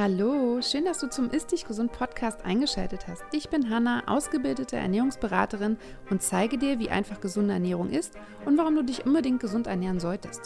Hallo, schön, dass du zum Ist Dich Gesund Podcast eingeschaltet hast. Ich bin Hanna, ausgebildete Ernährungsberaterin und zeige dir, wie einfach gesunde Ernährung ist und warum du dich unbedingt gesund ernähren solltest.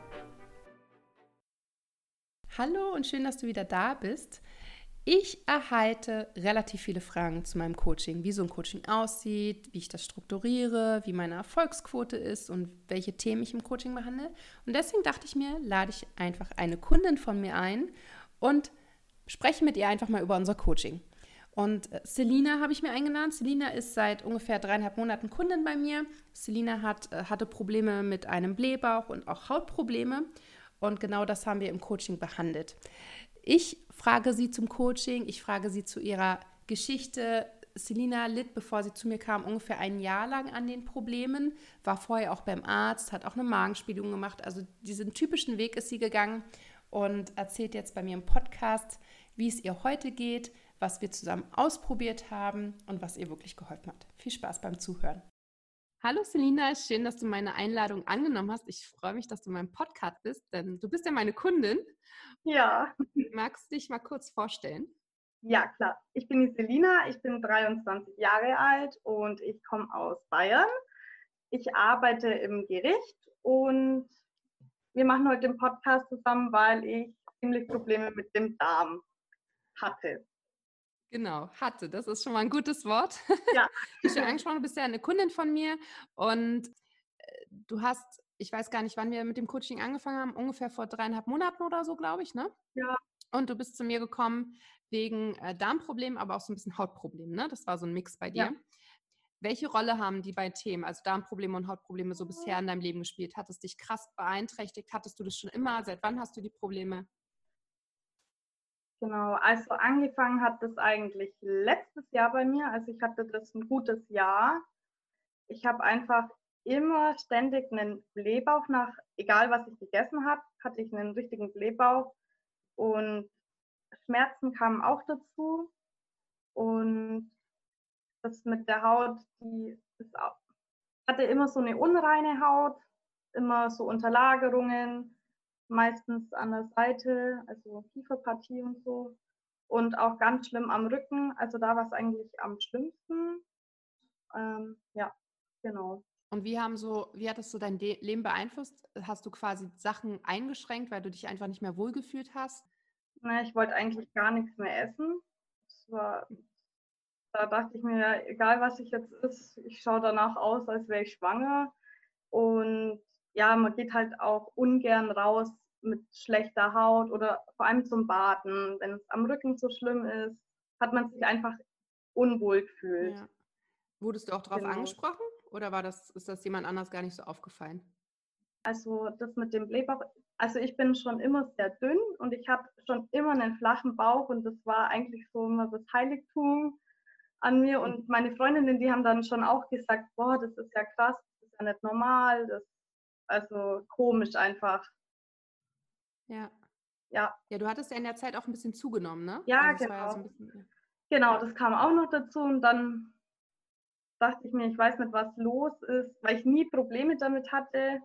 Hallo und schön, dass du wieder da bist. Ich erhalte relativ viele Fragen zu meinem Coaching, wie so ein Coaching aussieht, wie ich das strukturiere, wie meine Erfolgsquote ist und welche Themen ich im Coaching behandle. Und deswegen dachte ich mir, lade ich einfach eine Kundin von mir ein und spreche mit ihr einfach mal über unser Coaching. Und Selina habe ich mir eingeladen. Selina ist seit ungefähr 3,5 Monaten Kundin bei mir. Selina hatte Probleme mit einem Blähbauch und auch Hautprobleme. Und genau das haben wir im Coaching behandelt. Ich frage sie zum Coaching, ich frage sie zu ihrer Geschichte. Selina litt, bevor sie zu mir kam, ungefähr ein Jahr lang an den Problemen, war vorher auch beim Arzt, hat auch eine Magenspiegelung gemacht. Also diesen typischen Weg ist sie gegangen und erzählt jetzt bei mir im Podcast, wie es ihr heute geht, was wir zusammen ausprobiert haben und was ihr wirklich geholfen hat. Viel Spaß beim Zuhören. Hallo Selina, schön, dass du meine Einladung angenommen hast. Ich freue mich, dass du in meinem Podcast bist, denn du bist ja meine Kundin. Ja. Magst du dich mal kurz vorstellen? Ja, klar. Ich bin die Selina, ich bin 23 Jahre alt und ich komme aus Bayern. Ich arbeite im Gericht und wir machen heute den Podcast zusammen, weil ich ziemlich Probleme mit dem Darm hatte. Genau, hatte. Das ist schon mal ein gutes Wort. Ja. Wie schon angesprochen, du bist ja eine Kundin von mir und du hast, ich weiß gar nicht, wann wir mit dem Coaching angefangen haben, ungefähr vor 3,5 Monaten oder so, glaube ich, ne? Ja. Und du bist zu mir gekommen wegen Darmproblemen, aber auch so ein bisschen Hautproblemen, ne? Das war so ein Mix bei dir. Ja. Welche Rolle haben die beiden Themen, also Darmprobleme und Hautprobleme, so bisher in deinem Leben gespielt? Hat es dich krass beeinträchtigt? Hattest du das schon immer? Seit wann hast du die Probleme? Genau, also angefangen hat das eigentlich letztes Jahr bei mir. Also ich hatte das ein gutes Jahr. Ich habe einfach immer ständig einen Blähbauch egal was ich gegessen habe, hatte ich einen richtigen Blähbauch und Schmerzen kamen auch dazu und das mit der Haut, hatte immer so eine unreine Haut, immer so Unterlagerungen, meistens an der Seite, also Kieferpartie und so. Und auch ganz schlimm am Rücken, also da war es eigentlich am schlimmsten. Ja, genau. Und wie hat das so dein Leben beeinflusst? Hast du quasi Sachen eingeschränkt, weil du dich einfach nicht mehr wohlgefühlt hast? Ich wollte eigentlich gar nichts mehr essen. Da dachte ich mir, egal was ich jetzt esse, ich schaue danach aus, als wäre ich schwanger. Und ja, man geht halt auch ungern raus mit schlechter Haut oder vor allem zum Baden. Wenn es am Rücken so schlimm ist, hat man sich einfach unwohl gefühlt. Ja. Wurdest du auch darauf Genau. angesprochen oder ist das jemand anders gar nicht so aufgefallen? Also das mit dem Blähbauch, also ich bin schon immer sehr dünn und ich habe schon immer einen flachen Bauch und das war eigentlich so immer das Heiligtum an mir. Und meine Freundinnen, die haben dann schon auch gesagt, boah, das ist ja krass, das ist ja nicht normal, also komisch einfach. Ja. Ja, Ja, du hattest ja in der Zeit auch ein bisschen zugenommen, ne? ja, Also es war ja so ein genau. bisschen, Genau, ja. das kam auch noch dazu und dann dachte ich mir, ich weiß nicht, was los ist, weil ich nie Probleme damit hatte.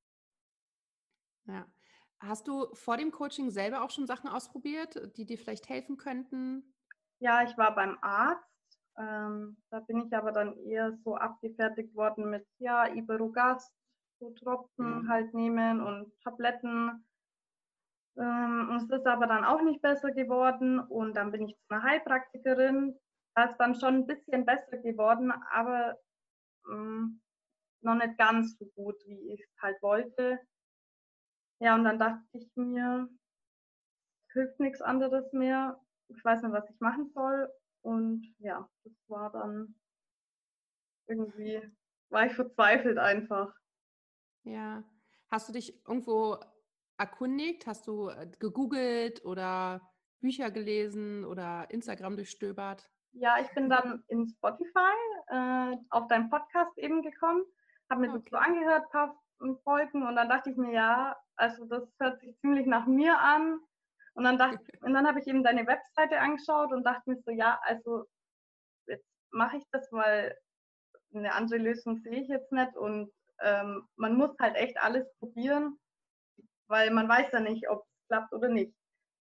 Ja. Hast du vor dem Coaching selber auch schon Sachen ausprobiert, die dir vielleicht helfen könnten? Ja, ich war beim Arzt. Da bin ich aber dann eher so abgefertigt worden mit, ja, Iberogast, so Tropfen Mhm. halt nehmen und Tabletten. Und es ist aber dann auch nicht besser geworden. Und dann bin ich zu einer Heilpraktikerin. Da ist dann schon ein bisschen besser geworden, aber noch nicht ganz so gut, wie ich es halt wollte. Ja, und dann dachte ich mir, hilft nichts anderes mehr. Ich weiß nicht, was ich machen soll. Und ja, das war dann irgendwie, war ich verzweifelt einfach. Ja. Hast du dich irgendwo erkundigt? Hast du gegoogelt oder Bücher gelesen oder Instagram durchstöbert? Ja, ich bin dann in Spotify auf deinen Podcast eben gekommen, habe mir Ah, das so okay. angehört, ein paar Folgen und dann dachte ich mir, ja, also das hört sich ziemlich nach mir an. Und dann habe ich eben deine Webseite angeschaut und dachte mir so, ja, also jetzt mache ich das, weil eine andere Lösung sehe ich jetzt nicht und man muss halt echt alles probieren, weil man weiß ja nicht, ob es klappt oder nicht.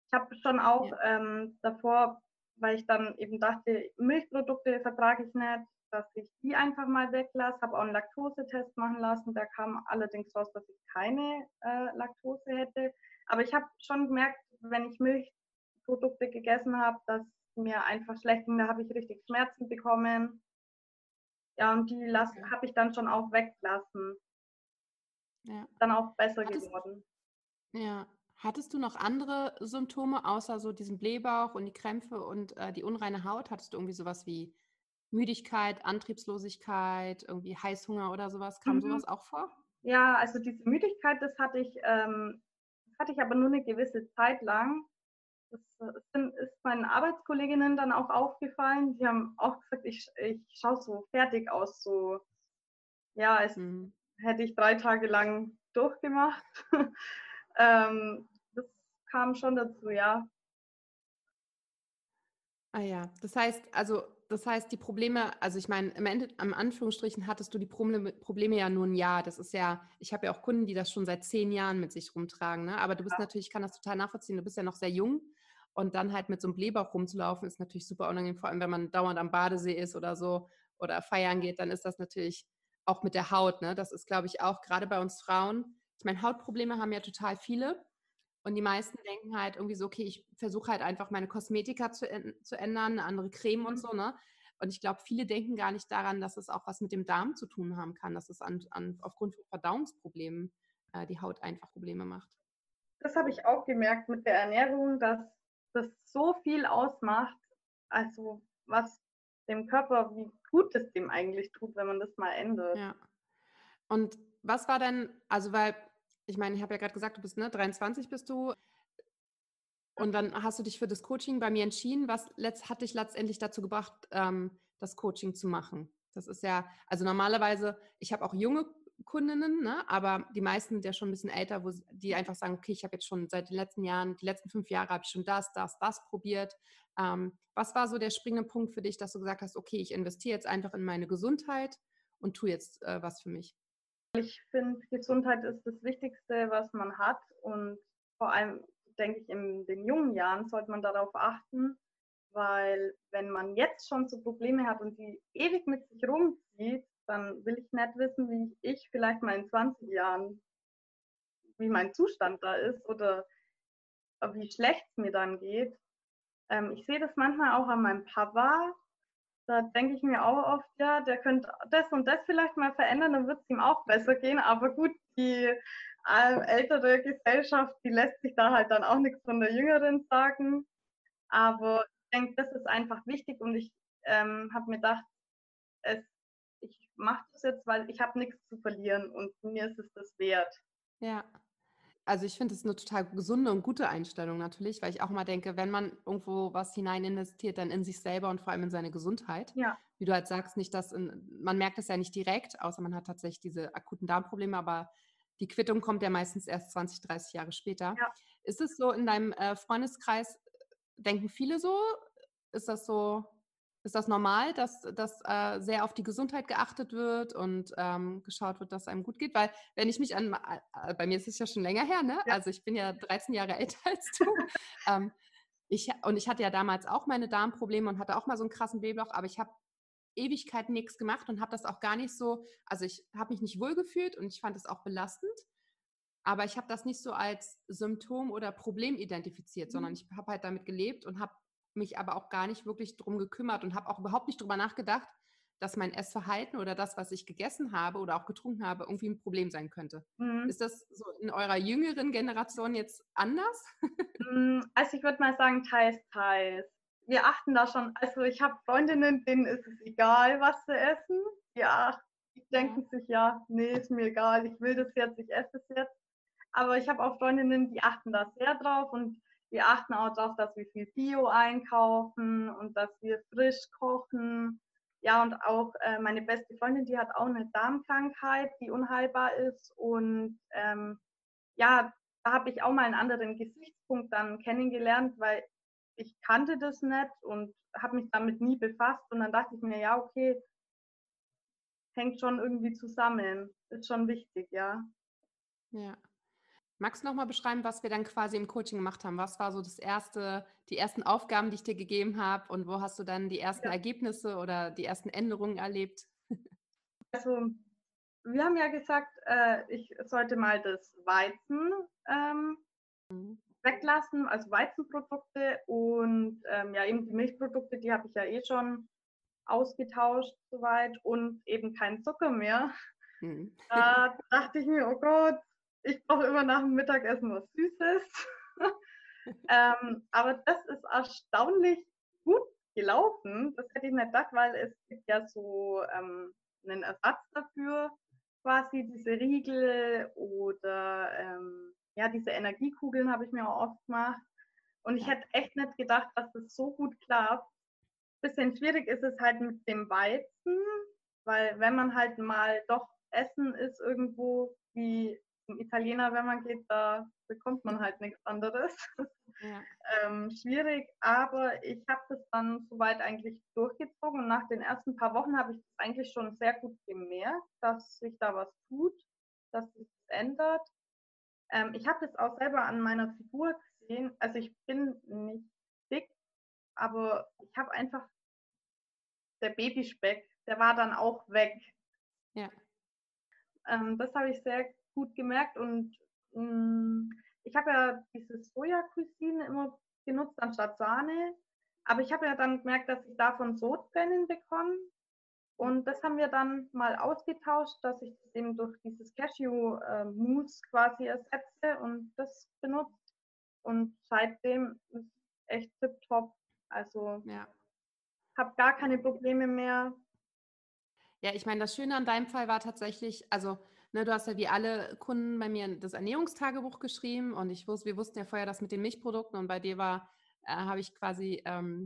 Ich habe schon auch Ja, davor, weil ich dann eben dachte, Milchprodukte vertrage ich nicht, dass ich die einfach mal weglasse, habe auch einen Laktosetest machen lassen. Da kam allerdings raus, dass ich keine Laktose hätte. Aber ich habe schon gemerkt, wenn ich Milchprodukte gegessen habe, dass mir einfach schlecht ging. Da habe ich richtig Schmerzen bekommen. Ja, und die okay. habe ich dann schon auch weggelassen. Ja. Dann auch besser Hattest geworden. ja. Hattest du noch andere Symptome außer so diesen Blähbauch und die Krämpfe und, die unreine Haut? Hattest du irgendwie so was wie Müdigkeit, Antriebslosigkeit, irgendwie Heißhunger oder so was? Kam so Mhm. was auch vor? Ja, also diese Müdigkeit, das hatte ich aber nur eine gewisse Zeit lang. Das ist meinen Arbeitskolleginnen dann auch aufgefallen. Die haben auch gesagt, ich schaue so fertig aus, so, ja, als Mhm. hätte ich 3 Tage lang durchgemacht. Das kam schon dazu, ja. Ah ja, das heißt, die Probleme also, ich meine, im Ende am Anführungsstrichen hattest du die Probleme ja nur 'n Jahr. Das ist ja ich habe ja auch Kunden, die das schon seit 10 Jahren mit sich rumtragen, ne? Aber du bist natürlich ich kann das total nachvollziehen, du bist ja noch sehr jung und dann halt mit so 'nem Blähbauch rumzulaufen, ist natürlich super unangenehm, vor allem, wenn man dauernd am Badesee ist oder so oder feiern geht, dann ist das natürlich auch mit der Haut, ne? Das ist, glaube ich, auch grade bei uns Frauen ich meine, Hautprobleme haben ja total viele. Und die meisten denken halt irgendwie so: „Okay, ich versuche halt einfach meine Kosmetika zu ändern, 'ne andere Creme und Mhm. so“, ne? Und ich glaube, viele denken gar nicht daran, dass es auch was mit dem Darm zu tun haben kann, dass es an aufgrund von Verdauungsproblemen, die Haut einfach Probleme macht. Das habe ich auch gemerkt mit der Ernährung, dass das so viel ausmacht, also was dem Körper, wie gut es dem eigentlich tut, wenn man das mal ändert. Ja. Und was war denn also, weil ich meine, ich habe ja grad gesagt, du bist, ne, 23 bist du und dann hast du dich für das Coaching bei mir entschieden. Was hat dich letztendlich dazu gebracht, das Coaching zu machen? Das ist ja also normalerweise ich habe auch junge Kundinnen, ne, aber die meisten sind ja schon 'n bisschen älter, wo die einfach sagen: „Okay, ich habe jetzt schon seit den letzten Jahren die letzten 5 Jahre habe ich schon das probiert.“ Was war so der springende Punkt für dich, dass du gesagt hast: „Okay, ich investiere jetzt einfach in meine Gesundheit und tue jetzt, was für mich?“ Ich finde, Gesundheit ist das Wichtigste, was man hat, und vor allem denke ich, in den jungen Jahren sollte man darauf achten, weil wenn man jetzt schon so Probleme hat und die ewig mit sich rumzieht, dann will ich nicht wissen, wie ich vielleicht mal in 20 Jahren, wie mein Zustand da ist oder wie schlecht es mir dann geht. Ich sehe das manchmal auch an meinem Papa. Da denke ich mir auch oft, ja, der könnte das und das vielleicht mal verändern, dann wird es ihm auch besser gehen. Aber gut, die ältere Gesellschaft, die lässt sich da halt dann auch nichts von der Jüngeren sagen. Aber ich denke, das ist einfach wichtig, und ich habe mir gedacht, es, ich mache das jetzt, weil ich habe nichts zu verlieren und mir ist es das wert. Ja. Also, ich finde es 'ne total gesunde und gute Einstellung natürlich, weil ich auch immer denke, wenn man irgendwo was hinein investiert, dann in sich selber und vor allem in seine Gesundheit. Ja, Wie du halt sagst, nicht dass man merkt es ja nicht direkt, außer man hat tatsächlich diese akuten Darmprobleme, aber die Quittung kommt ja meistens erst 20, 30 Jahre später. ja. Ist es so in deinem, Freundeskreis denken viele so? Ist das so ist das normal, dass sehr auf die Gesundheit geachtet wird und, geschaut wird, dass es einem gut geht? Weil wenn ich mich an bei mir ist es ja schon länger her, ne? Ja. Also, ich bin ja 13 Jahre älter als du. Ähm, ich hatte ja damals auch meine Darmprobleme und hatte auch mal so 'n krassen Blähbauch, aber ich habe Ewigkeiten nix gemacht und habe das auch gar nicht so also, ich habe mich nicht wohlgefühlt und ich fand es auch belastend, aber ich habe das nicht so als Symptom oder Problem identifiziert, sondern Mhm. ich habe halt damit gelebt und habe mich aber auch gar nicht wirklich drum gekümmert und habe auch überhaupt nicht drüber nachgedacht, dass mein Essverhalten oder das, was ich gegessen habe oder auch getrunken habe, irgendwie 'n Problem sein könnte. Mhm. Ist das so in eurer jüngeren Generation jetzt anders? Also, ich würde mal sagen, teils, teils. Wir achten da schon, also, ich habe Freundinnen, denen ist es egal, was sie essen. Ja, die Ja, denken sich: „Ja, ne, ist mir egal, ich will das jetzt, ich esse es jetzt.“ Aber ich habe auch Freundinnen, die achten da sehr drauf, und wir achten auch drauf, dass wir viel Bio einkaufen und dass wir frisch kochen. Ja, und auch, meine beste Freundin, die hat auch 'ne Darmkrankheit, die unheilbar ist, und, ja, da habe ich auch mal einen anderen Gesichtspunkt dann kennengelernt, weil ich kannte das nicht und habe mich damit nie befasst, und dann dachte ich mir: „Ja, okay, hängt schon irgendwie zusammen.“ Ist schon wichtig, ja. ja. Magst du noch mal beschreiben, was wir dann quasi im Coaching gemacht haben? Was war so die ersten Aufgaben, die ich dir gegeben habe und wo hast du dann die ersten Ja, Ergebnisse oder die ersten Änderungen erlebt? also wir haben ja gesagt, ich sollte mal das Weizen ähm, Mhm. weglassen, also Weizenprodukte und ja eben die Milchprodukte, die habe ich ja eh schon ausgetauscht soweit und eben kein Zucker mehr. Mhm. Da dachte ich mir, oh Gott, ich brauche immer nach dem Mittagessen was Süßes. Aber das ist erstaunlich gut gelaufen. Das hätte ich nicht gedacht, weil es gibt ja so einen Ersatz dafür, quasi diese Riegel oder ja, diese Energiekugeln habe ich mir auch oft gemacht. Und ich Ja. hätte echt nicht gedacht, dass das so gut klappt. Bisschen schwierig ist es halt mit dem Weizen, weil wenn man halt mal doch essen ist irgendwo, wie zum Italiener, wenn man geht, da bekommt man halt nichts anderes. Ja. Schwierig, aber ich habe das dann soweit eigentlich durchgezogen und nach den ersten paar Wochen habe ich das eigentlich schon sehr gut gemerkt, dass sich da was tut, dass sich das ändert. Ich habe das auch selber an meiner Figur gesehen. Also ich bin nicht dick, aber ich habe einfach der Babyspeck, der war dann auch weg. Ja. Das habe ich sehr gut gemerkt und ich habe ja dieses Soja-Cuisine immer genutzt anstatt Sahne, aber ich habe ja dann gemerkt, dass ich davon Sodbrennen bekomme und das haben wir dann mal ausgetauscht, dass ich das eben durch dieses Cashew-Mousse quasi ersetze und das benutzt und seitdem ist es echt tipptopp. Also Ja. habe gar keine Probleme mehr. Ja, ich meine, das Schöne an deinem Fall war tatsächlich, also, ne, du hast ja wie alle Kunden bei mir das Ernährungstagebuch geschrieben und wir wussten ja vorher das mit den Milchprodukten und bei dir habe ich quasi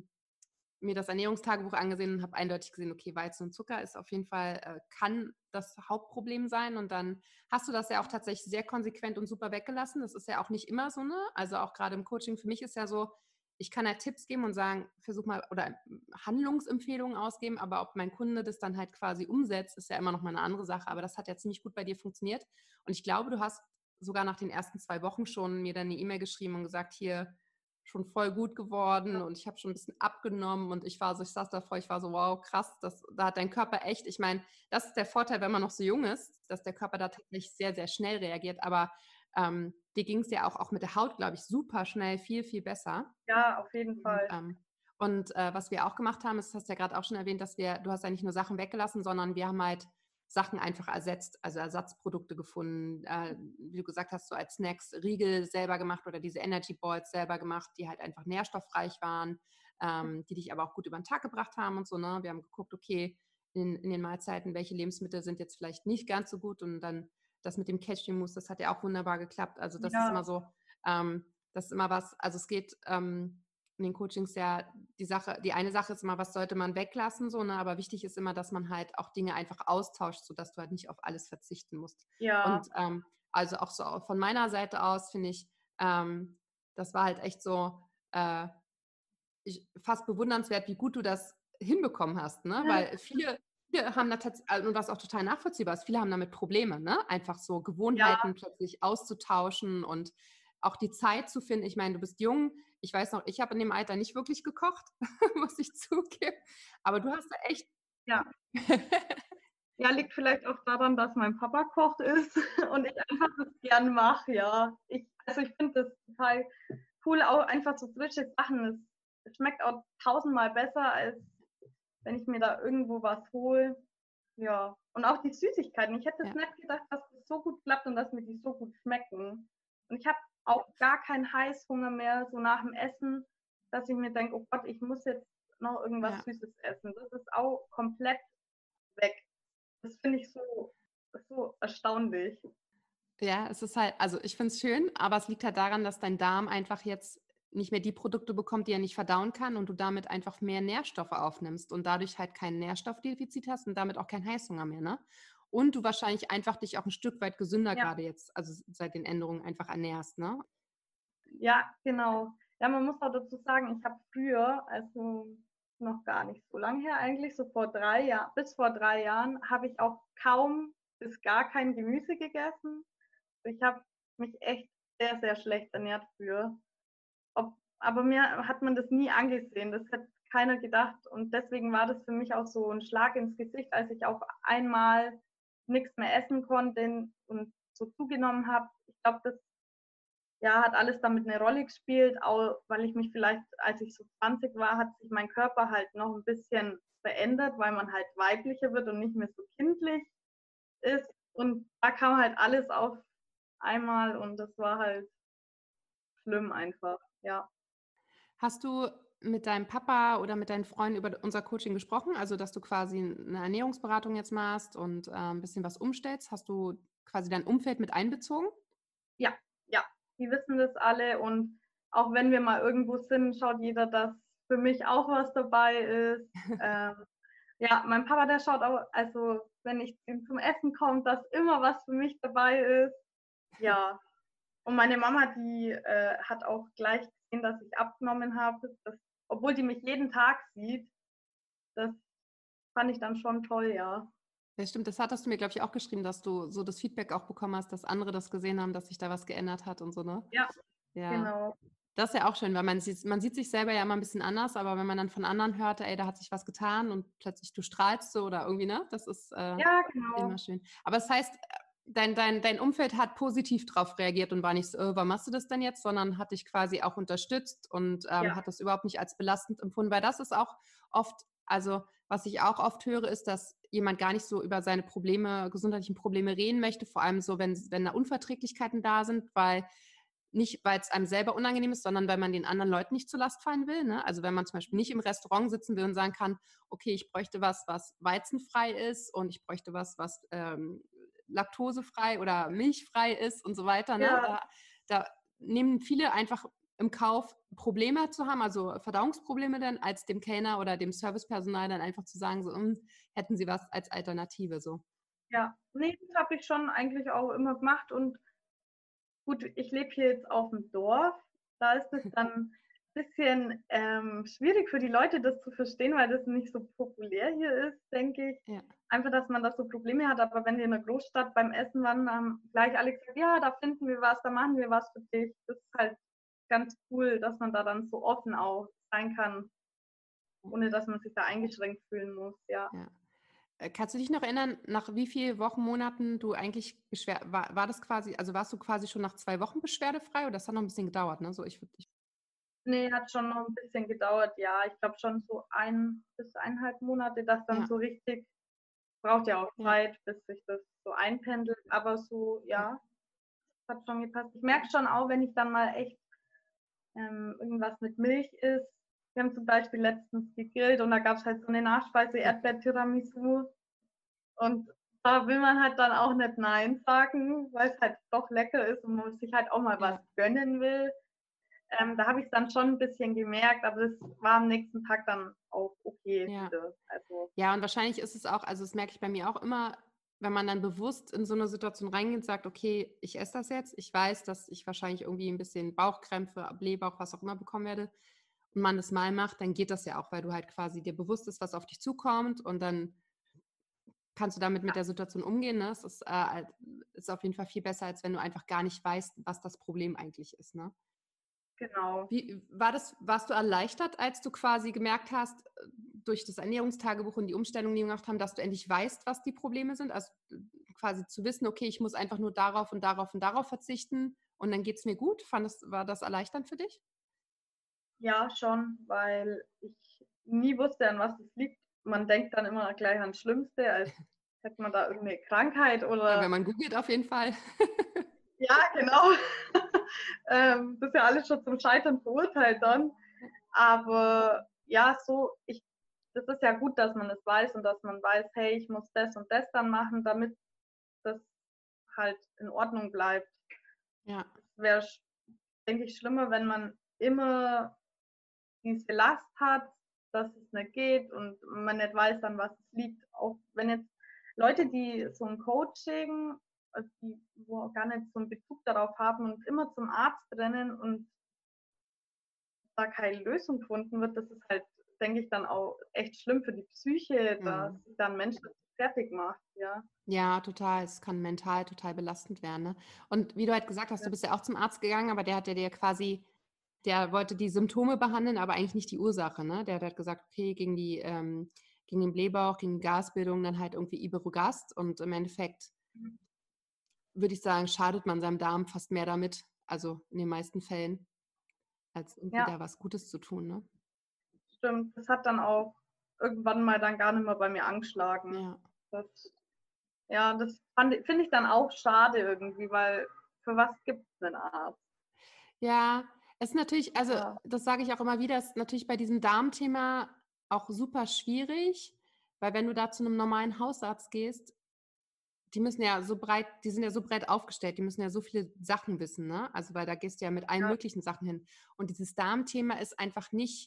mir das Ernährungstagebuch angesehen und habe eindeutig gesehen, okay, Weizen und Zucker ist auf jeden Fall, kann das Hauptproblem sein. Und dann hast du das ja auch tatsächlich sehr konsequent und super weggelassen. Das ist ja auch nicht immer so, ne? Also auch gerade im Coaching für mich ist ja so, ich kann halt Tipps geben und sagen, versuch mal oder Handlungsempfehlungen ausgeben, aber ob mein Kunde das dann halt quasi umsetzt, ist ja immer noch mal eine andere Sache. Aber das hat ja ziemlich gut bei dir funktioniert. Und ich glaube, du hast sogar nach den ersten 2 Wochen schon mir dann eine E-Mail geschrieben und gesagt, hier, schon voll gut geworden und ich habe schon ein bisschen abgenommen und ich saß davor, ich war so, wow, krass, da hat dein Körper echt, ich meine, das ist der Vorteil, wenn man noch so jung ist, dass der Körper da tatsächlich sehr, sehr schnell reagiert, aber dir ging es ja auch mit der Haut, glaube ich, super schnell, viel, viel besser. Ja, auf jeden Und, Fall. was wir auch gemacht haben, ist, das hast du ja gerade auch schon erwähnt, du hast ja nicht nur Sachen weggelassen, sondern wir haben halt Sachen einfach ersetzt, also Ersatzprodukte gefunden, wie du gesagt hast, so als Snacks Riegel selber gemacht oder diese Energy Balls selber gemacht, die halt einfach nährstoffreich waren, die dich aber auch gut über den Tag gebracht haben und so, ne? Wir haben geguckt, okay, in den Mahlzeiten, welche Lebensmittel sind jetzt vielleicht nicht ganz so gut und dann das mit dem Cashewmus, das hat ja auch wunderbar geklappt. Also das ist immer Ja, so, das ist immer was, also es geht in den Coachings ja die eine Sache ist immer, was sollte man weglassen, so, ne? Aber wichtig ist immer, dass man halt auch Dinge einfach austauscht, sodass du halt nicht auf alles verzichten musst. ja, Und also auch so von meiner Seite aus finde ich, das war halt echt so äh, fast bewundernswert, wie gut du das hinbekommen hast, ne? Weil viele haben da tatsächlich, und was auch total nachvollziehbar ist, viele haben damit Probleme, ne? Einfach so ja, Gewohnheiten plötzlich auszutauschen und auch die Zeit zu finden. Ich meine, du bist jung. Ich weiß noch, ich habe in dem Alter nicht wirklich gekocht, muss ich zugeben. Aber du hast da echt. ja. Ja, liegt vielleicht auch daran, dass mein Papa Koch ist und ich einfach das gern mache, ja. Ich finde das total cool, auch einfach so frische Sachen. Es schmeckt auch tausendmal besser, als wenn ich mir da irgendwo was hole. Ja. Und auch die Süßigkeiten. Ich hätte es Ja, nicht gedacht, dass das so gut klappt und dass mir die so gut schmecken. Und ich habe auch gar keinen Heißhunger mehr, so nach dem Essen, dass ich mir denke, oh Gott, ich muss jetzt noch irgendwas ja. Süßes essen. Das ist auch komplett weg. Das finde ich so erstaunlich. Ja, es ist halt, also ich finde es schön, aber es liegt halt daran, dass dein Darm einfach jetzt nicht mehr die Produkte bekommt, die er nicht verdauen kann und du damit einfach mehr Nährstoffe aufnimmst und dadurch halt kein Nährstoffdefizit hast und damit auch kein Heißhunger mehr, ne? Und du wahrscheinlich einfach dich auch ein Stück weit gesünder Ja, gerade jetzt, also seit den Änderungen einfach ernährst, ne? ja, genau. Ja, man muss auch dazu sagen, ich habe früher, also noch gar nicht so lange her eigentlich, so vor 3 Jahren, bis vor 3 Jahren, habe ich auch kaum bis gar kein Gemüse gegessen. Ich habe mich echt sehr, sehr schlecht ernährt früher. Aber mir hat man das nie angesehen. Das hat keiner gedacht. Und deswegen war das für mich auch so ein Schlag ins Gesicht, als ich auf einmal nichts mehr essen konnte und so zugenommen habe. Ich glaube, das ja, hat alles damit eine Rolle gespielt, auch weil ich mich vielleicht, als ich so 20 war, hat sich mein Körper halt noch ein bisschen verändert, weil man halt weiblicher wird und nicht mehr so kindlich ist. Und da kam halt alles auf einmal und das war halt schlimm einfach, ja. Hast du mit deinem Papa oder mit deinen Freunden über unser Coaching gesprochen? Also, dass du quasi eine Ernährungsberatung jetzt machst und, 'n bisschen was umstellst? Hast du quasi dein Umfeld mit einbezogen? Ja, ja, die wissen das alle und auch wenn wir mal irgendwo sind, schaut jeder, dass für mich auch was dabei ist. Ähm, ja, mein Papa, der schaut auch, also wenn ich zum Essen komme, dass immer was für mich dabei ist. Ja, und meine Mama, die hat auch gleich gesehen, dass ich abgenommen habe, obwohl die mich jeden Tag sieht. Das fand ich dann schon toll, ja. Ja, stimmt, das hattest du mir, glaube ich, auch geschrieben, dass du so das Feedback auch bekommen hast, dass andere das gesehen haben, dass sich da was geändert hat und so, ne? Ja, Ja. genau. Das ist ja auch schön, weil man sieht sich selber ja immer 'n bisschen anders, aber wenn man dann von anderen hört: „Ey, da hat sich was getan“ und plötzlich du strahlst so oder irgendwie, ne? Das ist, Ja, immer genau. schön. Aber das heißt, dein Umfeld hat positiv drauf reagiert und war nicht so: warum machst du das denn jetzt?“, sondern hat dich quasi auch unterstützt und, Ja, hat das überhaupt nicht als belastend empfunden, weil das ist auch oft, also, was ich auch oft höre, ist, dass jemand gar nicht so über seine Probleme, gesundheitlichen Probleme reden möchte, vor allem so, wenn da Unverträglichkeiten da sind, weil nicht, weil es einem selber unangenehm ist, sondern weil man den anderen Leuten nicht zur Last fallen will, ne? Also, wenn man zum Beispiel nicht im Restaurant sitzen will und sagen kann: „Okay, ich bräuchte was, was weizenfrei ist und ich bräuchte was, was, laktosefrei oder milchfrei ist“ und so weiter, ne? ja, Da nehmen viele einfach im Kauf, Probleme zu haben, also Verdauungsprobleme dann, als dem Kellner oder dem Servicepersonal dann einfach zu sagen, so: hätten Sie was als Alternative“, so. ja. Ne, das habe ich schon eigentlich auch immer gemacht und gut, ich lebe hier jetzt auf dem Dorf. Da ist es dann 'n bisschen, schwierig für die Leute, das zu verstehen, weil das nicht so populär hier ist, denke ich. Ja. Einfach, dass man da so Probleme hat, aber wenn wir in der Großstadt beim Essen waren, haben gleich alle gesagt: „Ja, da finden wir was, da machen wir was für dich.“ Das ist halt ganz cool, dass man da dann so offen auch sein kann, ohne dass man sich da eingeschränkt fühlen muss, ja. Ja. Kannst du dich noch erinnern, nach wie viel Wochen, Monaten du eigentlich war das quasi, also warst du quasi schon nach 2 Wochen beschwerdefrei oder das hat noch ein bisschen gedauert, ne? So, ich Ne, hat schon noch 'n bisschen gedauert, ja. Ich glaube schon so 1 bis 1,5 Monate, das dann ja, so richtig. Braucht ja auch ja, Zeit, bis sich das so einpendelt, aber so, ja, ja, hat schon gepasst. Ich merke schon auch, wenn ich dann mal echt, irgendwas mit Milch ist. Wir haben zum Beispiel letztens gegrillt und da gab's halt so 'ne Nachspeise Erdbeer-Tiramisu und da will man halt dann auch nicht nein sagen, weil's halt doch lecker ist und man sich halt auch mal was ja, gönnen will. Da habe ich's dann schon 'n bisschen gemerkt, aber das war am nächsten Tag dann auch okay ja. wieder. Also, Ja, und wahrscheinlich ist es auch, also, das merke ich bei mir auch immer, wenn man dann bewusst in so 'ne Situation reingeht und sagt: „Okay, ich esse das jetzt. Ich weiß, dass ich wahrscheinlich irgendwie 'n bisschen Bauchkrämpfe, Blähbauch, was auch immer bekommen werde“, und man das mal macht, dann geht das ja auch, weil du halt quasi dir bewusst ist, was auf dich zukommt und dann kannst du damit mit der Situation umgehen, ne? Es ist, ist auf jeden Fall viel besser, als wenn du einfach gar nicht weißt, was das Problem eigentlich ist, ne? genau. Wie warst du erleichtert, als du quasi gemerkt hast, durch das Ernährungstagebuch und die Umstellung, die wir gemacht haben, dass du endlich weißt, was die Probleme sind? Also, quasi zu wissen: „Okay, ich muss einfach nur darauf und darauf und darauf verzichten und dann geht's mir gut.“ War das erleichternd für dich? Ja, schon, weil ich nie wusste, an was es liegt. Man denkt dann immer gleich ans Schlimmste, als hätte man da irgend 'ne Krankheit Ja, wenn oder man googelt auf jeden Fall. ja, genau. Das ist ja alles schon zum Scheitern verurteilt dann. Aber ja, das ist ja gut, dass man es weiß und dass man weiß: „Hey, ich muss das und das dann machen, damit das halt in Ordnung bleibt.“ Ja, Es wäre, denke ich, schlimmer, wenn man immer diese Last hat, dass es nicht geht und man nicht weiß, an was es liegt. Auch wenn jetzt Leute, die so ein Coaching, die wo gar nicht so einen Bezug darauf haben und immer zum Arzt rennen und da keine Lösung gefunden wird, das ist halt, denke ich, dann auch echt schlimm für die Psyche, da mhm. sich da 'n Mensch dazu fertig macht, ja. Ja, total. Es kann mental total belastend werden, ne? Und wie du halt gesagt hast, Ja, du bist ja auch zum Arzt gegangen, aber der hat ja dir quasi der wollte die Symptome behandeln, aber eigentlich nicht die Ursache, ne? Der hat halt gesagt: „Okay, gegen den Blähbauch, gegen die Gasbildung dann halt irgendwie Iberogast“ und im Endeffekt mhm. würde ich sagen, schadet man seinem Darm fast mehr damit, also in den meisten Fällen, als irgendwie Ja, da was Gutes zu tun, ne? stimmt. Das hat dann auch irgendwann mal dann gar nicht mehr bei mir angeschlagen. Ja. Das Ja, das finde ich dann auch schade irgendwie, weil für was gibt's 'nen Arzt? Ja, es ist natürlich also, Ja, das sage ich auch immer wieder, ist natürlich bei diesem Darmthema auch super schwierig, weil wenn du da zu 'nem normalen Hausarzt gehst, die sind ja so breit aufgestellt, die müssen ja so viele Sachen wissen, ne? Also, weil da gehst du ja mit allen ja, möglichen Sachen hin. Und dieses Darmthema ist einfach nicht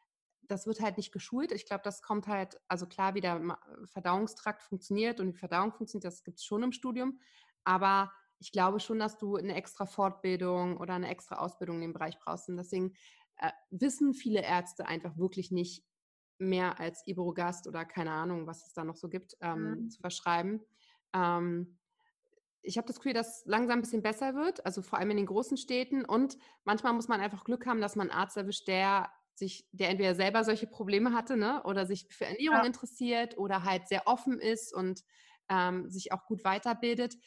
das wird halt nicht geschult. Ich glaube, das kommt halt also klar, wie der Verdauungstrakt funktioniert und die Verdauung funktioniert, das gibt's schon im Studium. Aber ich glaube schon, dass du eine extra Fortbildung oder eine extra Ausbildung in dem Bereich brauchst. Und deswegen, wissen viele Ärzte einfach wirklich nicht mehr als Iberogast oder keine Ahnung, was es da noch so gibt, mhm, zu verschreiben. Ähm, Ich habe das Gefühl, dass es langsam ein bisschen besser wird, also vor allem in den großen Städten. Und manchmal muss man einfach Glück haben, dass man 'n Arzt erwischt, der entweder selber solche Probleme hatte, ne, oder sich für Ernährung ja, interessiert oder halt sehr offen ist und, sich auch gut weiterbildet.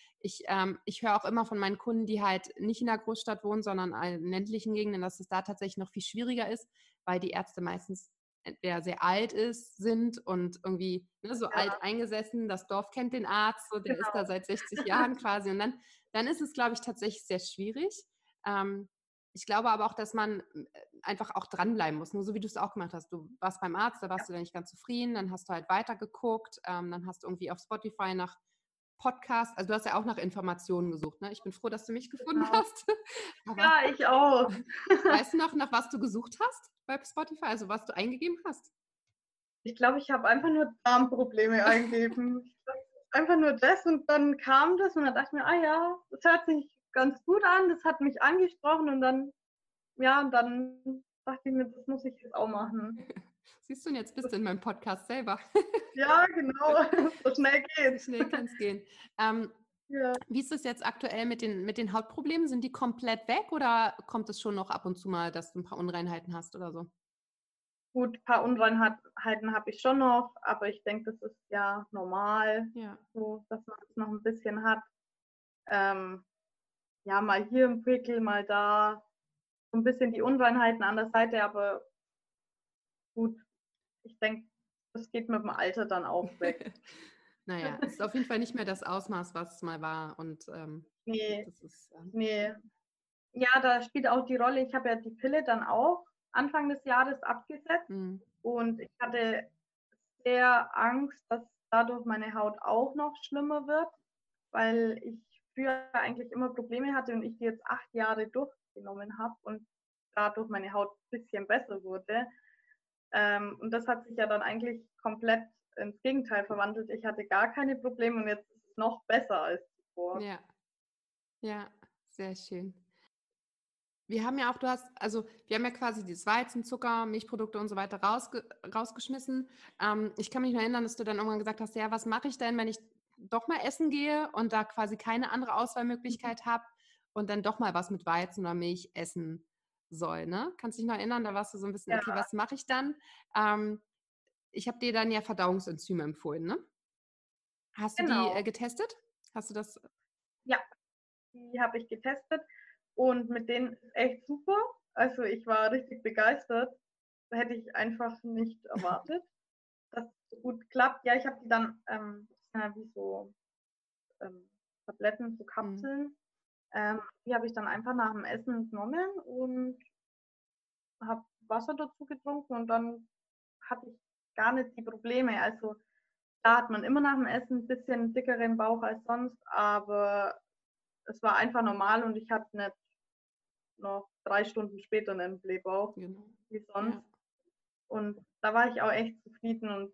Ich höre auch immer von meinen Kunden, die halt nicht in der Großstadt wohnen, sondern in ländlichen Gegenden, dass es da tatsächlich noch viel schwieriger ist, weil die Ärzte meistens entweder sehr alt sind und irgendwie, ne, so alt ja, eingesessen. Das Dorf kennt den Arzt, so der ist da genau. seit 60 Jahren quasi. Und dann ist es, glaube ich, tatsächlich sehr schwierig. Ähm, Ich glaube aber auch, dass man einfach auch dranbleiben muss, nur so wie du es auch gemacht hast. Du warst beim Arzt, da Ja, warst du dann nicht ganz zufrieden, dann hast du halt weitergeguckt, dann hast du irgendwie auf Spotify nach Podcasts, also du hast ja auch nach Informationen gesucht, ne? Ich bin froh, dass du mich gefunden genau. hast. Aber Ja, ich auch. weißt du noch, nach was du gesucht hast bei Spotify, also was du eingegeben hast? Ich glaube, ich habe einfach nur Darmprobleme eingegeben. Ich glaube, einfach nur das und dann kam das und dann dachte ich mir: „Ah ja, das hört sich ganz gut an, das hat mich angesprochen“ und dann ja, und dann dachte ich mir: „Das muss ich jetzt auch machen.“ Siehst du, und jetzt bist Das du in meinem Podcast selber. Ja, genau, so schnell So geht's. schnell kann es gehen. Ähm, Ja. Wie ist es jetzt aktuell mit den Hautproblemen? Sind die komplett weg oder kommt es schon noch ab und zu mal, dass du ein paar Unreinheiten hast oder so? Gut, paar Unreinheiten habe ich schon noch, aber ich denke, das ist ja normal, Ja. so, dass man es noch 'n bisschen hat. Ähm, ja, mal hier 'n Pickel, mal da, so 'n bisschen die Unreinheiten an der Seite, aber gut, ich denke, das geht mit dem Alter dann auch weg. Na ja, ist auf jeden Fall nicht mehr das Ausmaß, was es mal war und, Ne, das ist, ne. Ja, da spielt auch die Rolle, ich habe ja die Pille dann auch Anfang des Jahres abgesetzt mhm, und ich hatte sehr Angst, dass dadurch meine Haut auch noch schlimmer wird, weil ich früher eigentlich immer Probleme hatte und ich die jetzt 8 Jahre durchgenommen habe und dadurch meine Haut bisschen besser wurde. Und das hat sich ja dann eigentlich komplett ins Gegenteil verwandelt. Ich hatte gar keine Probleme und jetzt ist es noch besser als zuvor. ja, ja, sehr schön. Wir haben ja auch wir haben ja quasi dieses Weizen, Zucker, Milchprodukte und so weiter rausgeschmissen. Ich kann mich noch erinnern, dass du dann irgendwann gesagt hast: „Ja, was mache ich denn, wenn ich doch mal essen gehe und da quasi keine andere Mhm. Auswahlmöglichkeit habe und dann doch mal was mit Weizen oder Milch essen soll“, ne? Kannst dich noch erinnern? Da warst du so ein bisschen: Ja, „Okay, was mache ich dann?“ Ähm, Ich habe dir dann ja Verdauungsenzyme empfohlen, ne? Hast du die, genau. getestet? Hast du das Ja, die habe ich getestet und mit denen ist echt super. Also, ich war richtig begeistert. Hätte ich einfach nicht erwartet, dass es so gut klappt. Ja, ich habe die dann, das sind ja wie so, ähm, Tabletten, so mhm, Kapseln. Die habe ich dann einfach nach dem Essen genommen und habe Wasser dazu getrunken und dann hatte ich gar nicht die Probleme. Also, klar hat man immer nach dem Essen 'n bisschen dickeren Bauch als sonst, aber es war einfach normal und ich hatte nicht noch 3 Stunden später 'nen Blähbauch genau. wie Ja. sonst. Und da war ich auch echt zufrieden und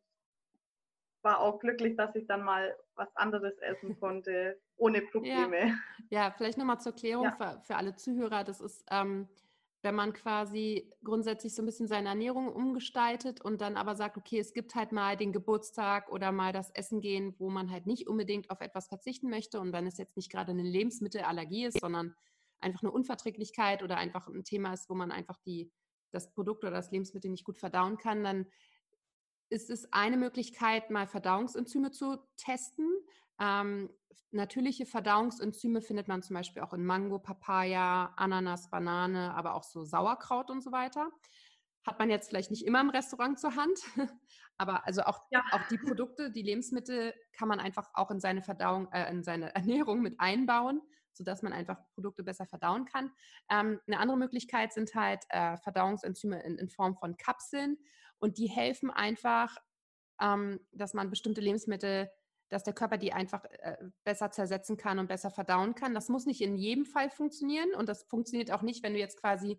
war auch glücklich, dass ich dann mal was anderes essen konnte, ohne Ja. Probleme. Ja, vielleicht noch mal zur Klärung Ja, für alle Zuhörer. Das ist, wenn man quasi grundsätzlich so ein bisschen seine Ernährung umgestaltet und dann aber sagt: „Okay, es gibt halt mal den Geburtstag oder mal das Essen gehen, wo man halt nicht unbedingt auf etwas verzichten möchte und wenn es jetzt nicht gerade eine Lebensmittelallergie ist, sondern einfach eine Unverträglichkeit oder einfach ein Thema ist, wo man einfach das Produkt oder das Lebensmittel nicht gut verdauen kann, dann ist es eine Möglichkeit, mal Verdauungsenzyme zu testen. Natürliche Verdauungsenzyme findet man zum Beispiel auch in Mango, Papaya, Ananas, Banane, aber auch so Sauerkraut und so weiter. Hat man jetzt vielleicht nicht immer im Restaurant zur Hand, aber also Ja, auch die Produkte, die Lebensmittel kann man einfach auch in seine Verdauung, in seine Ernährung mit einbauen, sodass man einfach Produkte besser verdauen kann. Eine andere Möglichkeit sind halt Verdauungsenzyme in Form von Kapseln und die helfen einfach, dass man bestimmte Lebensmittel, dass der Körper die einfach besser zersetzen kann und besser verdauen kann. Das muss nicht in jedem Fall funktionieren und das funktioniert auch nicht, wenn du jetzt quasi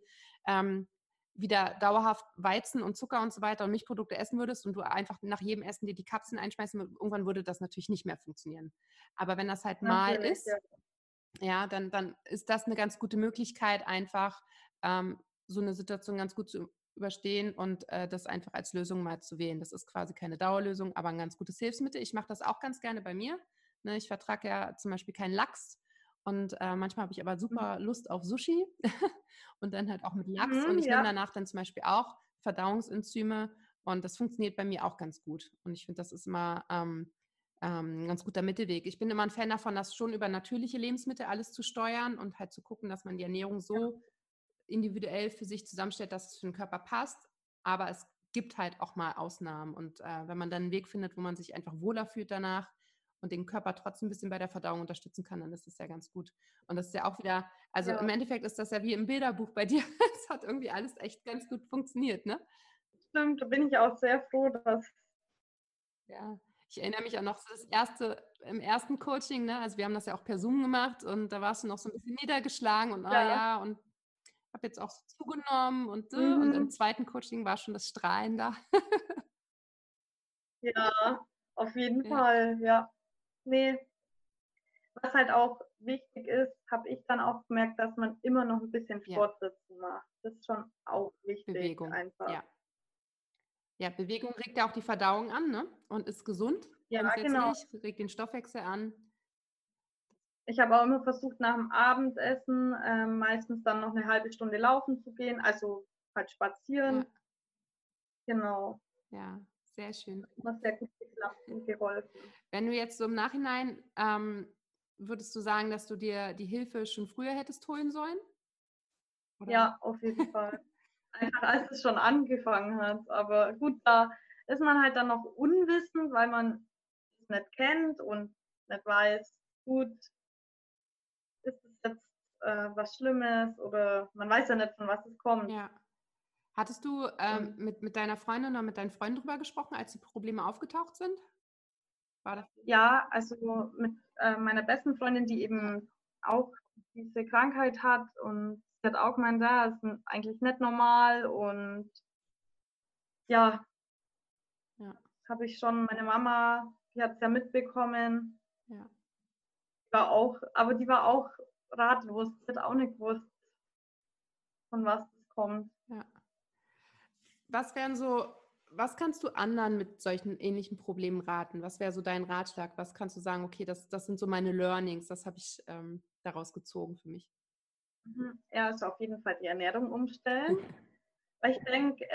wieder dauerhaft Weizen und Zucker und so weiter und Milchprodukte essen würdest und du einfach nach jedem Essen dir die Kapseln einschmeißen, irgendwann würde das natürlich nicht mehr funktionieren. Aber wenn das halt mal natürlich, ja. ist, ja, dann ist das eine ganz gute Möglichkeit, einfach so eine Situation ganz gut zu überstehen und das einfach als Lösung mal zu wählen. Das ist quasi keine Dauerlösung, aber ein ganz gutes Hilfsmittel. Ich mache das auch ganz gerne bei mir. Ne, ich vertrage ja zum Beispiel keinen Lachs und manchmal habe ich aber super Lust auf Sushi und dann halt auch mit Lachs und Mhm, ich nehme ja, danach dann zum Beispiel auch Verdauungsenzyme und das funktioniert bei mir auch ganz gut. Und ich finde, das ist immer ein ganz guter Mittelweg. Ich bin immer ein Fan davon, das schon über natürliche Lebensmittel alles zu steuern und halt zu gucken, dass man die Ernährung so individuell für sich zusammenstellt, dass es für den Körper passt. Aber es gibt halt auch mal Ausnahmen. Und wenn man dann einen Weg findet, wo man sich einfach wohler fühlt danach und den Körper trotzdem ein bisschen bei der Verdauung unterstützen kann, dann ist das ja ganz gut. Und das ist ja auch wieder, also im ja, Endeffekt ist das ja wie im Bilderbuch bei dir. Es hat irgendwie alles echt ganz gut funktioniert, ne? stimmt. Da bin ich auch sehr froh, dass, Ja, ich erinnere mich auch noch so im ersten Coaching, ne? Also wir haben das ja auch per Zoom gemacht und da warst du noch so ein bisschen niedergeschlagen und ah ja, ja, und habe jetzt auch so zugenommen und im mhm, zweiten Coaching war schon das Strahlen da. ja, auf jeden Ja, Fall, ja. Nee, was halt auch wichtig ist, habe ich dann auch gemerkt, dass man immer noch ein bisschen ja, Sport dazu macht. Das ist schon auch wichtig Bewegung. einfach. Ja. Ja, Bewegung regt ja auch die Verdauung an, ne? Und ist gesund Ja, genau. grundsätzlich, regt den Stoffwechsel an. Ich habe auch immer versucht, nach dem Abendessen meistens dann noch eine halbe Stunde laufen zu gehen, also halt Ja, spazieren. Genau. ja, sehr schön. Was sehr gut geklappt und geholfen. Wenn du jetzt so im Nachhinein, würdest du sagen, dass du dir die Hilfe schon früher hättest holen sollen? Oder? Ja, auf jeden Fall. Einfach als es schon angefangen hat. Aber gut, da ist man halt dann noch unwissend, weil man es nicht kennt und nicht weiß, gut, ist es jetzt was Schlimmes oder man weiß ja nicht, von was es kommt. Ja. Hattest du Und mit deiner Freundin oder mit deinen Freunden drüber gesprochen, als die Probleme aufgetaucht sind? War das? ja, also mit meiner besten Freundin, die Ja, eben auch diese Krankheit hat und sie hat auch gemeint, ja, das ist eigentlich nicht normal und ja, ja, habe ich schon meine Mama, die hat es ja mitbekommen, ja, war auch, aber die war auch ratlos, die hat auch nicht gewusst, von was das kommt. ja. Was wären so, was kannst du anderen mit solchen ähnlichen Problemen raten? Was wäre so dein Ratschlag? Was kannst du sagen, okay, das sind so meine Learnings, das habe ich daraus gezogen für mich? Mhm. Ja, also auf jeden Fall die Ernährung umstellen. Weil ich denke,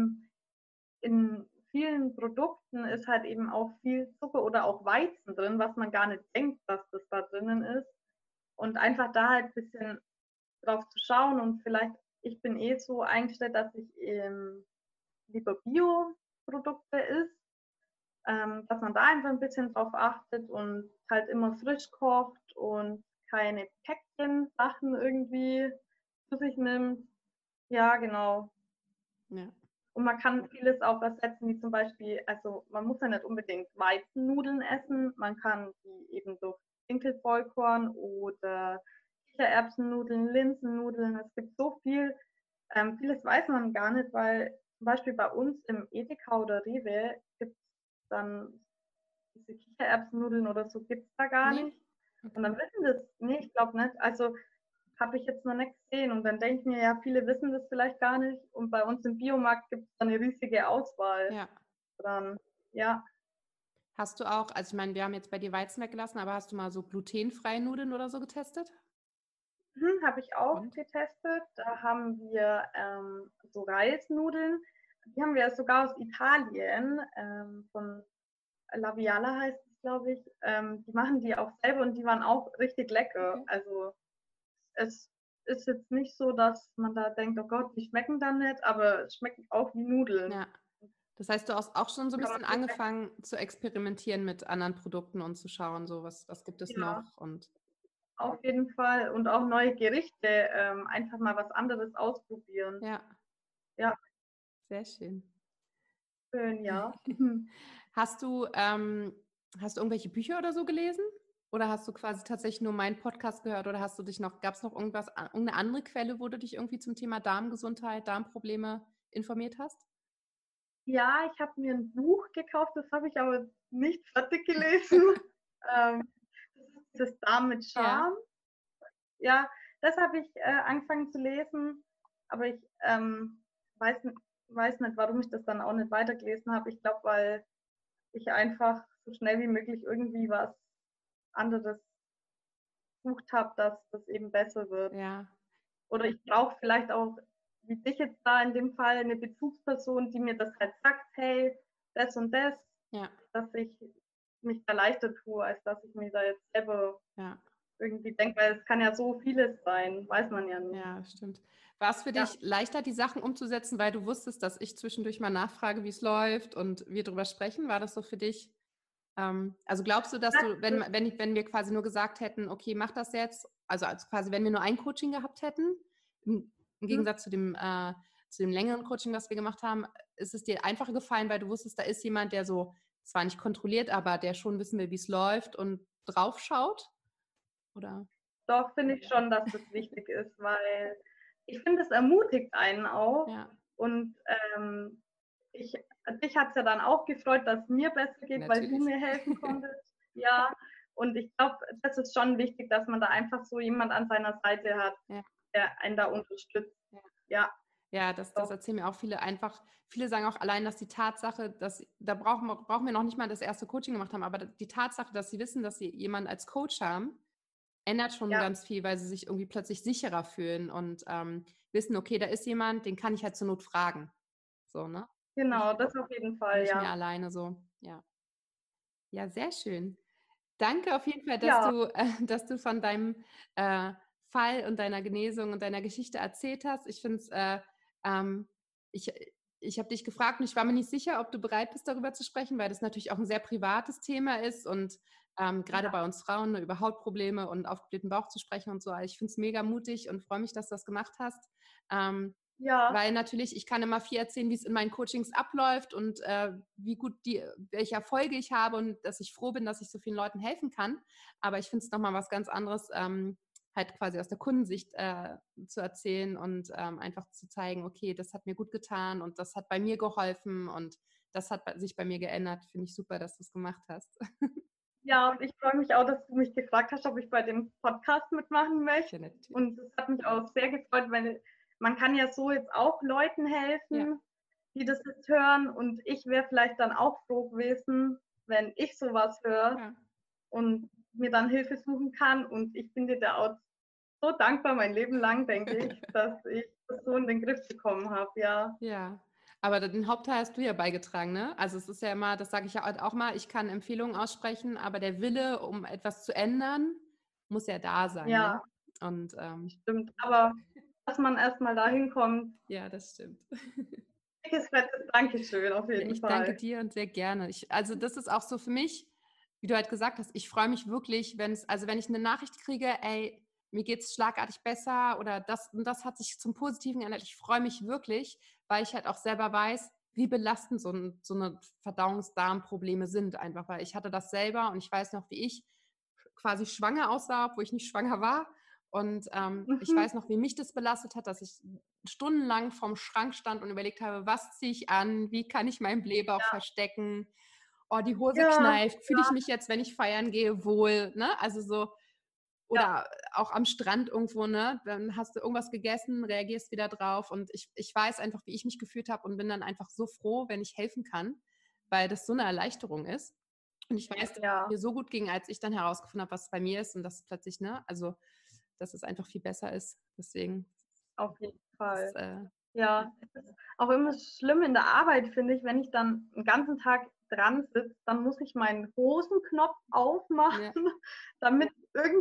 in vielen Produkten ist halt eben auch viel Zucker oder auch Weizen drin, was man gar nicht denkt, dass das da drinnen ist. Und einfach da halt ein bisschen drauf zu schauen und vielleicht, ich bin eh so eingestellt, dass ich lieber Bio-Produkte isst, dass man da einfach ein bisschen drauf achtet und halt immer frisch kocht und keine Päckchen-Sachen irgendwie zu sich nimmt. Ja, genau. Ja, Und man kann vieles auch ersetzen, wie zum Beispiel, also man muss ja nicht unbedingt Weizennudeln essen, man kann die eben durch Dinkelvollkorn oder Kichererbsennudeln, Linsennudeln, es gibt so viel, vieles weiß man gar nicht, weil zum Beispiel bei uns im Edeka oder Rewe gibt es dann diese Kichererbsennudeln oder so, gibt es da gar nee? nicht. Und Okay. dann wissen das, nee, ich glaube nicht. Also habe ich jetzt noch nicht gesehen. Und dann denke ich mir, ja, viele wissen das vielleicht gar nicht. Und bei uns im Biomarkt gibt es eine riesige Auswahl Ja. dran. Ja, Hast du auch, also ich meine, wir haben jetzt bei dir Weizen weggelassen, aber hast du mal so glutenfreie Nudeln oder so getestet? habe ich auch Und? getestet. Da haben wir so Reisnudeln. Die haben wir sogar aus Italien, von Laviala heißt es, glaube ich. Die machen die auch selber und die waren auch richtig lecker. Okay. Also es ist jetzt nicht so, dass man da denkt, oh Gott, die schmecken dann nicht, aber es schmecken auch wie Nudeln. Ja. Das heißt, du hast auch schon so ein Kann man bisschen gut angefangen zu experimentieren mit anderen Produkten und zu schauen, so was gibt es ja, noch und auf jeden Fall. Und auch neue Gerichte, einfach mal was anderes ausprobieren. ja, Ja, sehr schön. schön, ja. Hast du, hast du irgendwelche Bücher oder so gelesen? Oder hast du quasi tatsächlich nur meinen Podcast gehört oder hast du dich noch, gab es noch irgendwas, irgendeine andere Quelle, wo du dich irgendwie zum Thema Darmgesundheit, Darmprobleme informiert hast? Ja, ich habe mir ein Buch gekauft, das habe ich aber nicht fertig gelesen. Das ist dieses Darm mit Ja, Charme. Ja, das habe ich angefangen zu lesen, aber ich weiß, weiß nicht, warum ich das dann auch nicht weitergelesen habe. Ich glaube, weil ich einfach so schnell wie möglich irgendwie was anderes gesucht habe, dass das eben besser wird. ja, Oder ich brauche vielleicht auch, wie dich jetzt da in dem Fall, eine Bezugsperson, die mir das halt sagt, hey, das und das, ja, dass ich mich da leichter tue, als dass ich mir da jetzt selber ja. irgendwie denke, weil es kann ja so vieles sein, weiß man ja nicht. Ja, stimmt. War es für Ja, dich leichter, die Sachen umzusetzen, weil du wusstest, dass ich zwischendurch mal nachfrage, wie es läuft und wir drüber sprechen? War das so für dich? Also glaubst du, dass das du, ist, wenn wir quasi nur gesagt hätten, okay, mach das jetzt, also als quasi, wenn wir nur ein Coaching gehabt hätten, im Gegensatz zu dem längeren Coaching, was wir gemacht haben, ist es dir einfacher gefallen, weil du wusstest, da ist jemand, der so zwar nicht kontrolliert, aber der schon wissen will, wie es läuft und drauf schaut? Oder? doch, finde ich schon, dass das wichtig ist, weil ich finde, es ermutigt einen auch. Ja, Und ich, dich hat es ja dann auch gefreut, dass es mir besser geht, weil du natürlich. mir helfen konntest. Ja, und ich glaube, das ist schon wichtig, dass man da einfach so jemand an seiner Seite hat, Ja. der einen da unterstützt. Ja. Ja, Ja, das doch. erzählen mir auch viele einfach. Viele sagen auch allein, dass die Tatsache, dass da brauchen wir noch nicht mal das erste Coaching gemacht haben, aber die Tatsache, dass sie wissen, dass sie jemanden als Coach haben, ändert schon Ja, ganz viel, weil sie sich irgendwie plötzlich sicherer fühlen und wissen, okay, da ist jemand, den kann ich halt zur Not fragen. So, ne? genau, das auf jeden Fall, Nicht mehr ja. alleine so. Ja. Ja, sehr schön. Danke auf jeden Fall, Ja, dass du von deinem äh, Fall und deiner Genesung und deiner Geschichte erzählt hast. Ich finde es, ähm, ich, ich habe dich gefragt und ich war mir nicht sicher, ob du bereit bist, darüber zu sprechen, weil das natürlich auch ein sehr privates Thema ist und gerade ja, bei uns Frauen ne, über Hautprobleme und aufgeblähten Bauch zu sprechen und so. Also ich finde es mega mutig und freue mich, dass du das gemacht hast. Ähm, ja, weil natürlich, ich kann immer viel erzählen, wie es in meinen Coachings abläuft und wie gut welche Erfolge ich habe und dass ich froh bin, dass ich so vielen Leuten helfen kann. Aber ich finde es nochmal was ganz anderes, halt quasi aus der Kundensicht zu erzählen und einfach zu zeigen, okay, das hat mir gut getan und das hat bei mir geholfen und das hat sich bei mir geändert. Finde ich super, dass du es gemacht hast. ja, und ich freue mich auch, dass du mich gefragt hast, ob ich bei dem Podcast mitmachen möchte. Ja, natürlich. Und es hat mich auch sehr gefreut, weil man kann ja so jetzt auch Leuten Ja, helfen, die das jetzt hören. Und ich wäre vielleicht dann auch froh gewesen, wenn ich sowas höre ja. und mir dann Hilfe suchen kann. Und ich bin dir da auch so dankbar mein Leben lang, denke ich, dass ich das so in den Griff bekommen habe. Ja, Ja, aber den Hauptteil hast du ja beigetragen, ne? Also es ist ja immer, das sage ich ja auch mal, ich kann Empfehlungen aussprechen, aber der Wille, um etwas zu ändern, muss ja da sein, ne? ja, Und stimmt. Aber dass man erstmal dahin kommt, ja, das stimmt. dickes, fettes Dankeschön auf Ja, jeden ich danke Fall. dir und sehr gerne. Also das ist auch so für mich, wie du halt gesagt hast, ich freue mich wirklich, also wenn ich eine Nachricht kriege, ey, mir geht es schlagartig besser oder das und das hat sich zum Positiven geändert. Ich freue mich wirklich, weil ich halt auch selber weiß, wie belastend so eine Verdauungsdarmprobleme sind einfach, weil ich hatte das selber und ich weiß noch, wie ich quasi schwanger aussah, obwohl ich nicht schwanger war. Und ich Mhm. weiß noch, wie mich das belastet hat, dass ich stundenlang vorm Schrank stand und überlegt habe, was ziehe ich an, wie kann ich meinen Blähbauch verstecken, oh, die Hose Ja, kneift, fühle ich mich jetzt, wenn ich feiern gehe, wohl, ne? Also so, oder auch am Strand irgendwo, ne? Dann hast du irgendwas gegessen, reagierst wieder drauf und ich weiß einfach, wie ich mich gefühlt habe und bin dann einfach so froh, wenn ich helfen kann, weil das so eine Erleichterung ist. Und ich weiß, dass es Ja, mir so gut ging, als ich dann herausgefunden habe, was bei mir ist und dass plötzlich, ne, also dass es einfach viel besser ist. Deswegen auf jeden ist, Fall. Ja, es ist auch immer schlimm in der Arbeit, finde ich, wenn ich dann 'n ganzen Tag dran sitze, dann muss ich meinen Hosenknopf aufmachen, ja, damit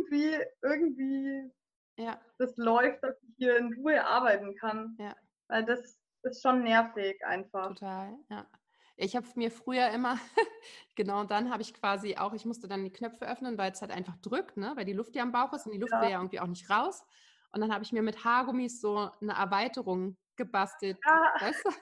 irgendwie ja, das läuft, dass ich hier in Ruhe arbeiten kann. ja. Weil das ist schon nervig einfach. Total, ja. Ich habe mir früher immer genau, dann habe ich quasi auch ich musste dann die Knöpfe öffnen, weil es halt einfach drückt, ne, weil die Luft ja im Bauch ist und die Luft will Ja, ja irgendwie auch nicht raus. Und dann habe ich mir mit Haargummis so 'ne Erweiterung gebastelt, ja, weißt du?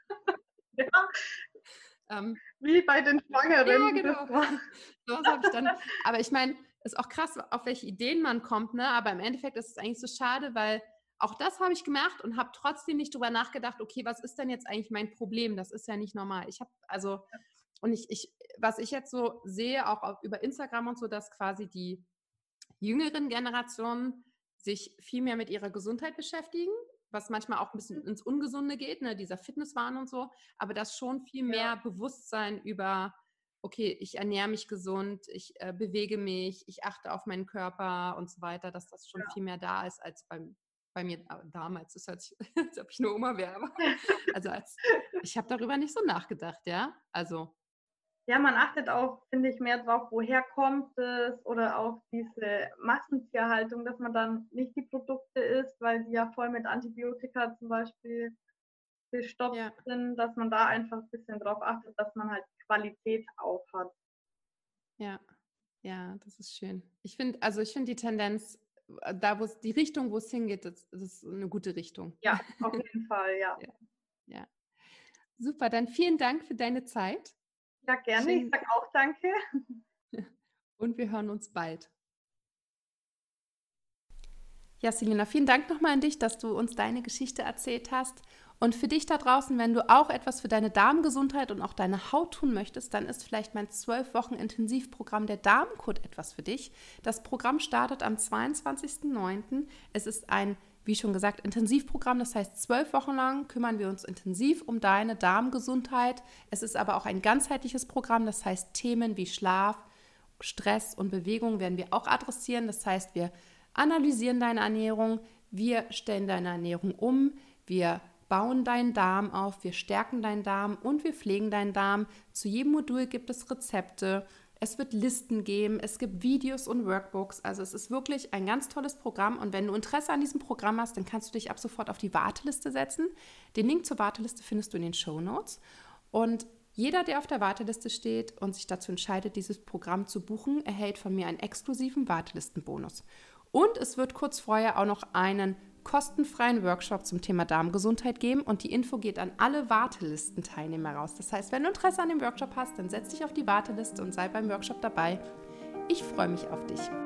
ja, Ähm, wie bei den Schwangeren, ja, die das genau. machen. So was habe ich dann aber ich meine, ist auch krass, auf welche Ideen man kommt, ne? Aber im Endeffekt ist es eigentlich so schade, weil auch das habe ich gemacht und habe trotzdem nicht drüber nachgedacht: „Okay, was ist denn jetzt eigentlich mein Problem? Das ist ja nicht normal.“ Ich habe also und ich was ich jetzt so sehe, auch auf über Instagram und so, dass quasi die jüngeren Generationen sich viel mehr mit ihrer Gesundheit beschäftigen, was manchmal auch ein bisschen ins Ungesunde geht, ne, dieser Fitnesswahn und so, aber dass schon viel Ja, mehr Bewusstsein über: „Okay, ich ernähre mich gesund, ich, bewege mich, ich achte auf meinen Körper“ und so weiter, dass das schon viel mehr da ist als bei mir damals. Das hört sich als ob ich 'ne Oma wäre, aber also, als ich habe darüber nicht so nachgedacht, ja? Also, ja, man achtet auch, finde ich, mehr drauf, woher kommt es oder auch diese Massentierhaltung, dass man dann nicht die Produkte isst, weil die ja voll mit Antibiotika zum Beispiel gestopft ja. sind, dass man da einfach 'n bisschen drauf achtet, dass man halt Qualität auch hat. Ja, ja, das ist schön. Ich finde die Tendenz, da wo's die Richtung, wo es hingeht, das ist 'ne gute Richtung. Ja, auf jeden Fall, ja. Ja, ja. Super, dann vielen Dank für deine Zeit. Ja, gerne. Ich Schön sage auch danke. und wir hören uns bald. Ja, Selina, vielen Dank nochmal an dich, dass du uns deine Geschichte erzählt hast. Und für dich da draußen, wenn du auch etwas für deine Darmgesundheit und auch deine Haut tun möchtest, dann ist vielleicht mein 12 Wochen Intensivprogramm der Darmcode etwas für dich. Das Programm startet am 22.09. Es ist ein, wie schon gesagt, Intensivprogramm. Das heißt, 12 Wochen lang kümmern wir uns intensiv um deine Darmgesundheit. Es ist aber auch ein ganzheitliches Programm. Das heißt, Themen wie Schlaf, Stress und Bewegung werden wir auch adressieren. Das heißt, wir analysieren deine Ernährung, wir stellen deine Ernährung um, wir bauen deinen Darm auf, wir stärken deinen Darm und wir pflegen deinen Darm. Zu jedem Modul gibt es Rezepte, es wird Listen geben, es gibt Videos und Workbooks. Also es ist wirklich ein ganz tolles Programm und wenn du Interesse an diesem Programm hast, dann kannst du dich ab sofort auf die Warteliste setzen. Den Link zur Warteliste findest du in den Shownotes. Und jeder, der auf der Warteliste steht und sich dazu entscheidet, dieses Programm zu buchen, erhält von mir einen exklusiven Wartelistenbonus. Und es wird kurz vorher auch noch einen kostenfreien Workshop zum Thema Darmgesundheit geben und die Info geht an alle Wartelistenteilnehmer raus. Das heißt, wenn du Interesse an dem Workshop hast, dann setz dich auf die Warteliste und sei beim Workshop dabei. Ich freue mich auf dich.